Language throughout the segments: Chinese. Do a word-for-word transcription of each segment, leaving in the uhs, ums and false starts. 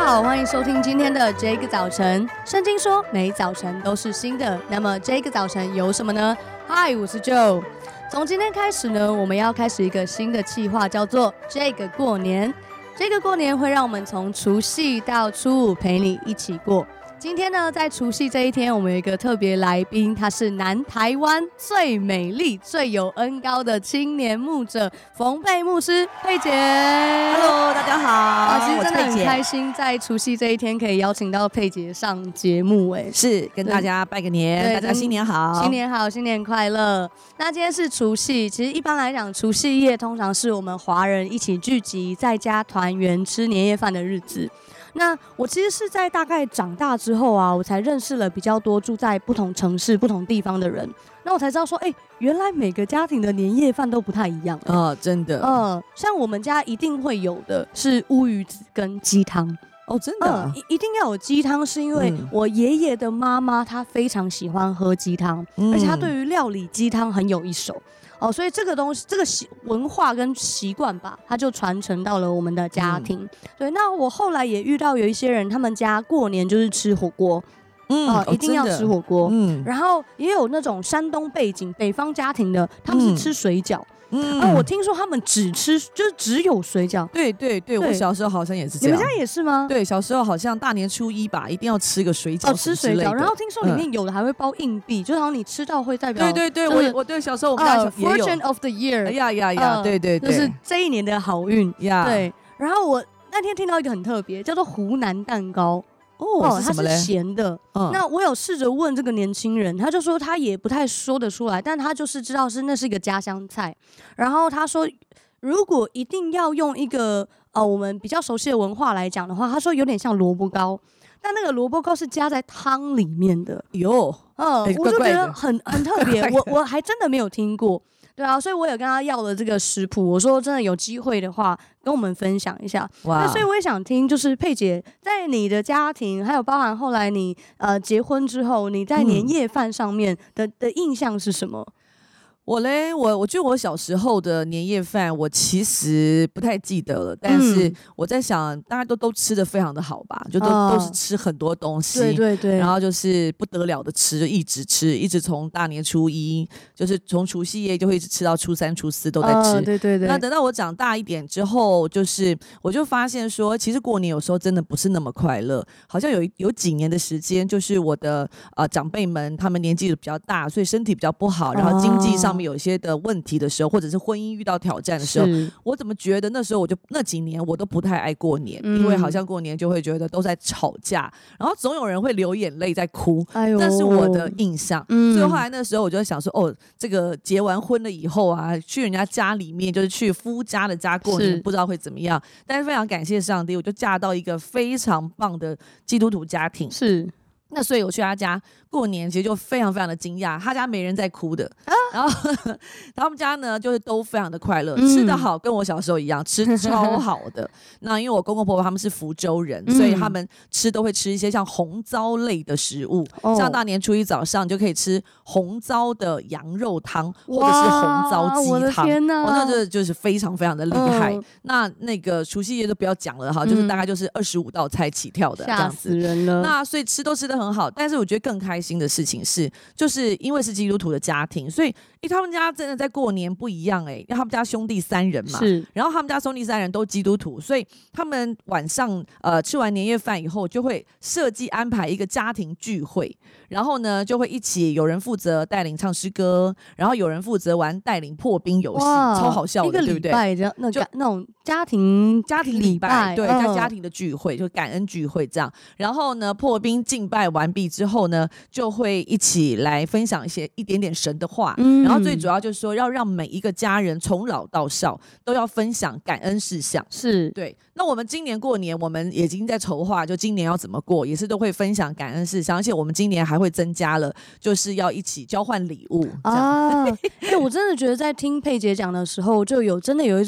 好，欢迎收听今天的这个早晨。圣经说每早晨都是新的，那么这个早晨有什么呢？嗨，我是 Joe。从今天开始呢，我们要开始一个新的计划，叫做这个过年。这个过年会让我们从除夕到初五陪你一起过。今天呢，在除夕这一天，我们有一个特别来宾，他是南台湾最美丽、最有恩膏的青年牧者冯佩牧师佩姐。 Hello， 大家好。 啊，其实真的很开心，在除夕这一天可以邀请到佩姐上节目，哎， 是跟大家拜个年，大家新年好， 新年好，新年快乐。那今天是除夕，其实一般来讲，除夕夜通常是我们华人一起聚集在家团圆吃年夜饭的日子。那我其实是在大概长大之后啊，我才认识了比较多住在不同城市、不同地方的人。那我才知道说，哎、欸，原来每个家庭的年夜饭都不太一样、欸。 哦，真的。 嗯、呃，像我们家一定会有的是乌鱼子跟鸡汤。 哦，真的、啊嗯，一定要有鸡汤，是因为我爷爷的妈妈她非常喜欢喝鸡汤，嗯、而且她对于料理鸡汤很有一手。哦，所以这个东西，这个文化跟习惯吧，它就传承到了我们的家庭。嗯、对，那我后来也遇到有一些人，他们家过年就是吃火锅，嗯、呃哦，一定要吃火锅。嗯，然后也有那种山东背景、北方家庭的，他们是吃水饺。嗯，啊，我听说他们只吃，就是只有水饺。 对对 对, 对，我小时候好像也是这样。 你们家也是吗？ 对，小时候好像大年初一吧，一定要吃个水饺。 哦，吃水饺，然后听说里面有的还会包硬币，嗯、就好像你吃到会代表。 对对对，我我对小时候我们家也有。 Uh, Fortune of the year。 哎呀呀呀，对对对， 就是这一年的好运呀。 对，然后我那天听到一个很特别，叫做湖南蛋糕。 哦，是它是咸的、嗯。那我有试着问这个年轻人，他就说他也不太说得出来，但他就是知道是那是一个家乡菜。然后他说，如果一定要用一个呃我们比较熟悉的文化来讲的话，他说有点像萝卜糕，但那个萝卜糕是加在汤里面的。 哟， 嗯，欸、我就觉得很很特别，我我还真的没有听过。对啊，所以我也跟他要了这个食谱。我说真的有机会的话，跟我们分享一下。那所以我也想听，就是佩姐在你的家庭，还有包含后来你呃结婚之后，你在年夜饭上面的、嗯、的印象是什么？ 我嘞，我我觉得我小时候的年夜饭，我其实不太记得了。但是我在想，大家都都吃得非常的好吧，就都、哦、都是吃很多东西， 对对对， 然后就是不得了的吃，就一直吃，一直从大年初一，就是从除夕夜就会一直吃到初三、初四都在吃。 哦、对对对。 那等到我长大一点之后，就是我就发现说，其实过年有时候真的不是那么快乐。好像有有几年的时间，就是我的呃长辈们，他们年纪比较大，所以身体比较不好，然后经济上面有一些的问题的时候，或者是婚姻遇到挑战的时候，我怎么觉得那时候我就那几年我都不太爱过年、嗯、因为好像过年就会觉得都在吵架，然后总有人会流眼泪在哭，哎呦，那是我的印象、嗯、所以后来那时候我就在想说，哦，这个结完婚了以后啊，去人家家里面，就是去夫家的家过年，不知道会怎么样，但是非常感谢上帝，我就嫁到一个非常棒的基督徒家庭。 是， 那所以我去他家过年，其实就非常非常的惊讶，他家没人在哭的，啊、然后他们家呢就是都非常的快乐，嗯、吃得好，跟我小时候一样，吃超好的。那因为我公公婆婆他们是福州人、嗯，所以他们吃都会吃一些像红糟类的食物，哦、像大年初一早上就可以吃红糟的羊肉汤，或者是红糟鸡汤。我的天哪，哦、那这就是非常非常的厉害。嗯、那那个除夕夜就不要讲了哈，就是大概就是二十五道菜起跳的， 吓、嗯、死人了。 那所以吃都吃得很好，但是我觉得更开心的事情是，就是因为是基督徒的家庭，所以欸、他们家真的在过年不一样哎、欸，因为他们家兄弟三人嘛， 是， 然后他们家兄弟三人都基督徒，所以他们晚上呃吃完年夜饭以后，就会设计安排一个家庭聚会，然后呢就会一起有人负责带领唱诗歌，然后有人负责玩带领破冰游戏，超好笑的，对不对？ 一个礼拜这样，那就那种家庭家庭礼拜，对，在、嗯、家庭的聚会，就感恩聚会这样。然后呢，破冰敬拜完毕之后呢，就会一起来分享一些一点点神的话。嗯，然后最主要就是说，要让每一个家人从老到少都要分享感恩事项。 是， 对。那我们今年过年，我们已经在筹划，就今年要怎么过，也是都会分享感恩事项，而且我们今年还会增加了，就是要一起交换礼物。啊， 哎、欸，我真的觉得在听佩姐讲的时候，就有真的有一种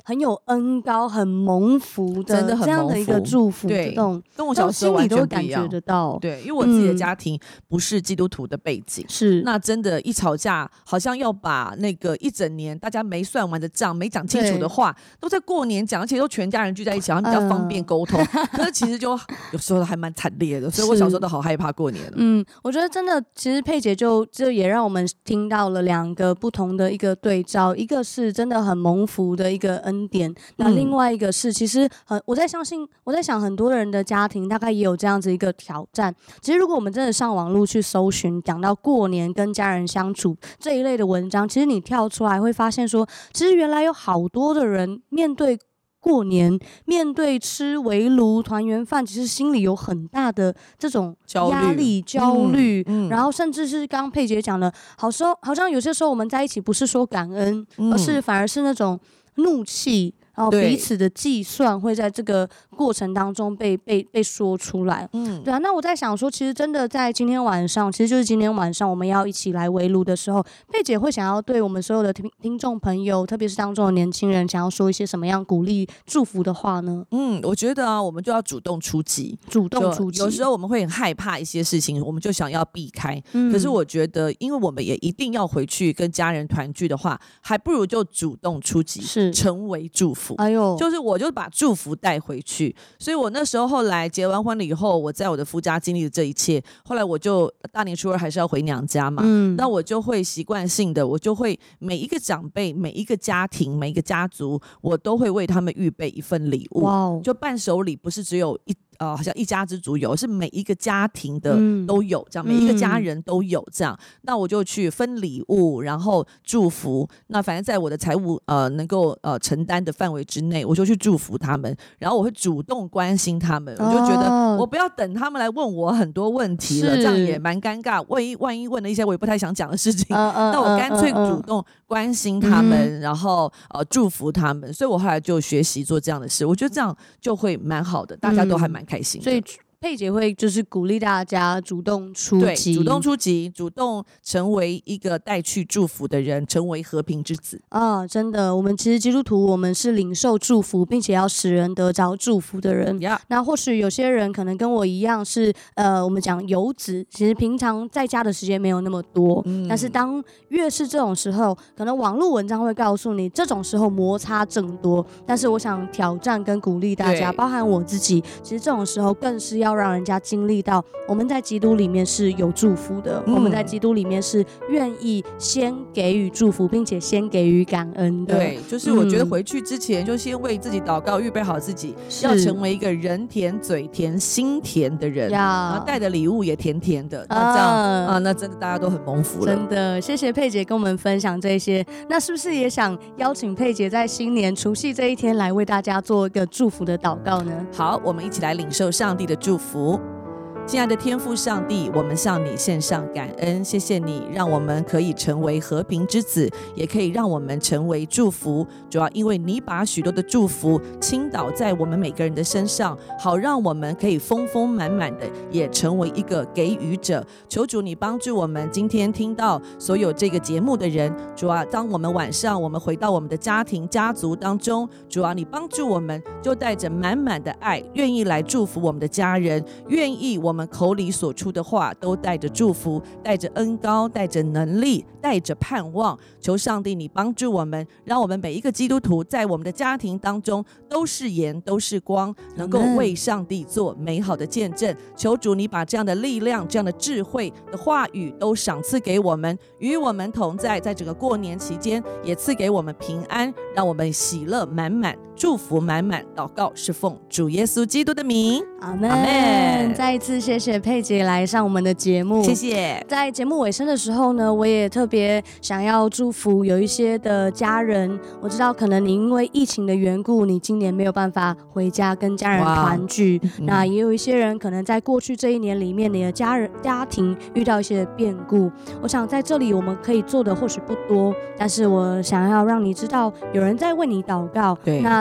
很有恩高、很蒙福的， 真的很这样的一个祝福， 对， 这种跟我小时候完全不一样， 心里都感觉得到。 对，因为我自己的家庭不是基督徒的背景， 是、 嗯、那真的，一吵架好像要把那个一整年大家没算完的账、没讲清楚的话，都在过年讲，而且都全家人聚在一起，好像比较方便沟通。呃、可是其实就有时候还蛮惨烈的，所以我小时候都好害怕过年了。 嗯，我觉得真的，其实佩姐就就也让我们听到了两个不同的一个对照，一个是真的很蒙福的一个恩典，那另外一个是其实很，我在相信，我在想很多人的家庭大概也有这样子一个挑战。其实如果我们真的上网络去搜寻，讲到过年跟家人相处这一类的文章，其实你跳出来会发现说，其实原来有好多的人面对过年，面对吃围炉团圆饭，其实心里有很大的这种压力、焦虑，嗯嗯、然后甚至是刚刚佩姐讲的，好时候好像有些时候我们在一起不是说感恩，嗯、而是反而是那种怒气。然后彼此的计算会在这个过程当中被被被说出来，嗯，对啊。那我在想说，其实真的在今天晚上，其实就是今天晚上我们要一起来围炉的时候，佩姐会想要对我们所有的听听众朋友，特别是当中的年轻人，想要说一些什么样鼓励、祝福的话呢？ 嗯，我觉得啊，我们就要主动出击， 主动出击。 有时候我们会很害怕一些事情，我们就想要避开。嗯、可是我觉得，因为我们也一定要回去跟家人团聚的话，还不如就主动出击， 是成为祝福。 哎呦， 就是。我就把祝福带回去，所以我那时候后来结完婚了以后，我在我的夫家经历了这一切。后来我就大年初二还是要回娘家嘛，嗯，那我就会习惯性的，我就会每一个长辈、每一个家庭、每一个家族，我都会为他们预备一份礼物。哇，就伴手礼不是只有一。呃，好像一家之主有，是每一个家庭的都有，这样、嗯、每一个家人都有这样、嗯。那我就去分礼物，然后祝福。那反正在我的财务呃能够呃承担的范围之内，我就去祝福他们。然后我会主动关心他们，哦、我就觉得我不要等他们来问我很多问题了，这样也蛮尴尬。万一万一问了一些我也不太想讲的事情，呃呃、那我干脆主动关心他们，嗯、然后呃祝福他们。所以我后来就学习做这样的事，我觉得这样就会蛮好的，大家都还蛮开心的。 所以佩姐会就是鼓励大家主动出击， 对，主动出击，主动成为一个带去祝福的人，成为和平之子啊！真的，我们其实基督徒，我们是领受祝福，并且要使人得着祝福的人。Yeah. 那或许有些人可能跟我一样是呃，我们讲游子，其实平常在家的时间没有那么多，嗯、但是当越是这种时候，可能网络文章会告诉你，这种时候摩擦正多。但是我想挑战跟鼓励大家，包含我自己，其实这种时候更是要让人家经历到我们在基督里面是有祝福的、嗯、我们在基督里面是愿意先给予祝福并且先给予感恩的。 对，就是我觉得回去之前就先为自己祷告，预备好自己要成为一个人甜嘴甜心甜的人，然后带的礼物也甜甜的，那这样、呃、啊，那真的大家都很蒙福了。 真的，谢谢佩姐跟我们分享这些。那是不是也想邀请佩姐在新年除夕这一天来为大家做一个祝福的祷告呢？ 好，我们一起来领受上帝的祝福。亲爱的天父上帝，我们向你献上感恩，谢谢你让我们可以成为和平之子，也可以让我们成为祝福。主要因为你把许多的祝福倾倒在我们每个人的身上，好让我们可以丰丰满满的也成为一个给予者。求主你帮助我们今天听到所有这个节目的人，主啊，当我们晚上我们回到我们的家庭家族当中，主啊，你帮助我们就带着满满的爱，愿意来祝福我们的家人，愿意我们我们口里所出的话都带着祝福，带着恩膏，带着能力，带着盼望。求上帝你帮助我们，让我们每一个基督徒在我们的家庭当中都是盐都是光，能够为上帝做美好的见证。求主你把这样的力量，这样的智慧的话语都赏赐给我们，与我们同在，在整个过年期间也赐给我们平安，让我们喜乐满满，祝福满满。祷告是奉主耶稣基督的名， 阿们。阿们。再一次谢谢佩姐来上我们的节目， 谢谢。 在节目尾声的时候呢，我也特别想要祝福有一些的家人，我知道可能你因为疫情的缘故，你今年没有办法回家跟家人团聚，那也有一些人可能在过去这一年里面，你的家人家庭遇到一些变故。我想在这里我们可以做的或许不多，但是我想要让你知道有人在为你祷告。对，那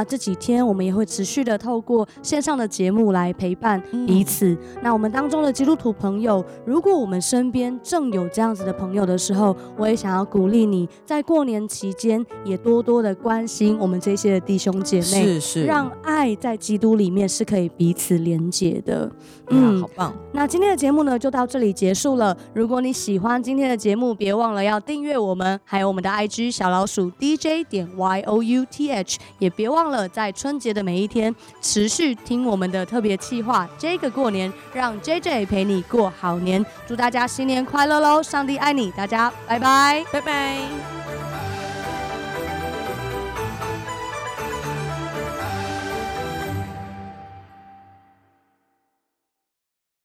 那这几天我们也会持续的透过线上的节目来陪伴彼此、嗯、那我们当中的基督徒朋友，如果我们身边正有这样子的朋友的时候，我也想要鼓励你在过年期间也多多的关心我们这些的弟兄姐妹， 是是， 让爱在基督里面是可以彼此连结的。 嗯，好棒。 那今天的节目呢就到这里结束了，如果你喜欢今天的节目，别忘了要订阅我们，还有我们的 I G 小老鼠 D J 点 Y O U T H， 也别忘了在春节的每一天持续听我们的特别企划这个过年，让 J J 陪你过好年。祝大家新年快乐咯，上帝爱你，大家拜拜拜拜。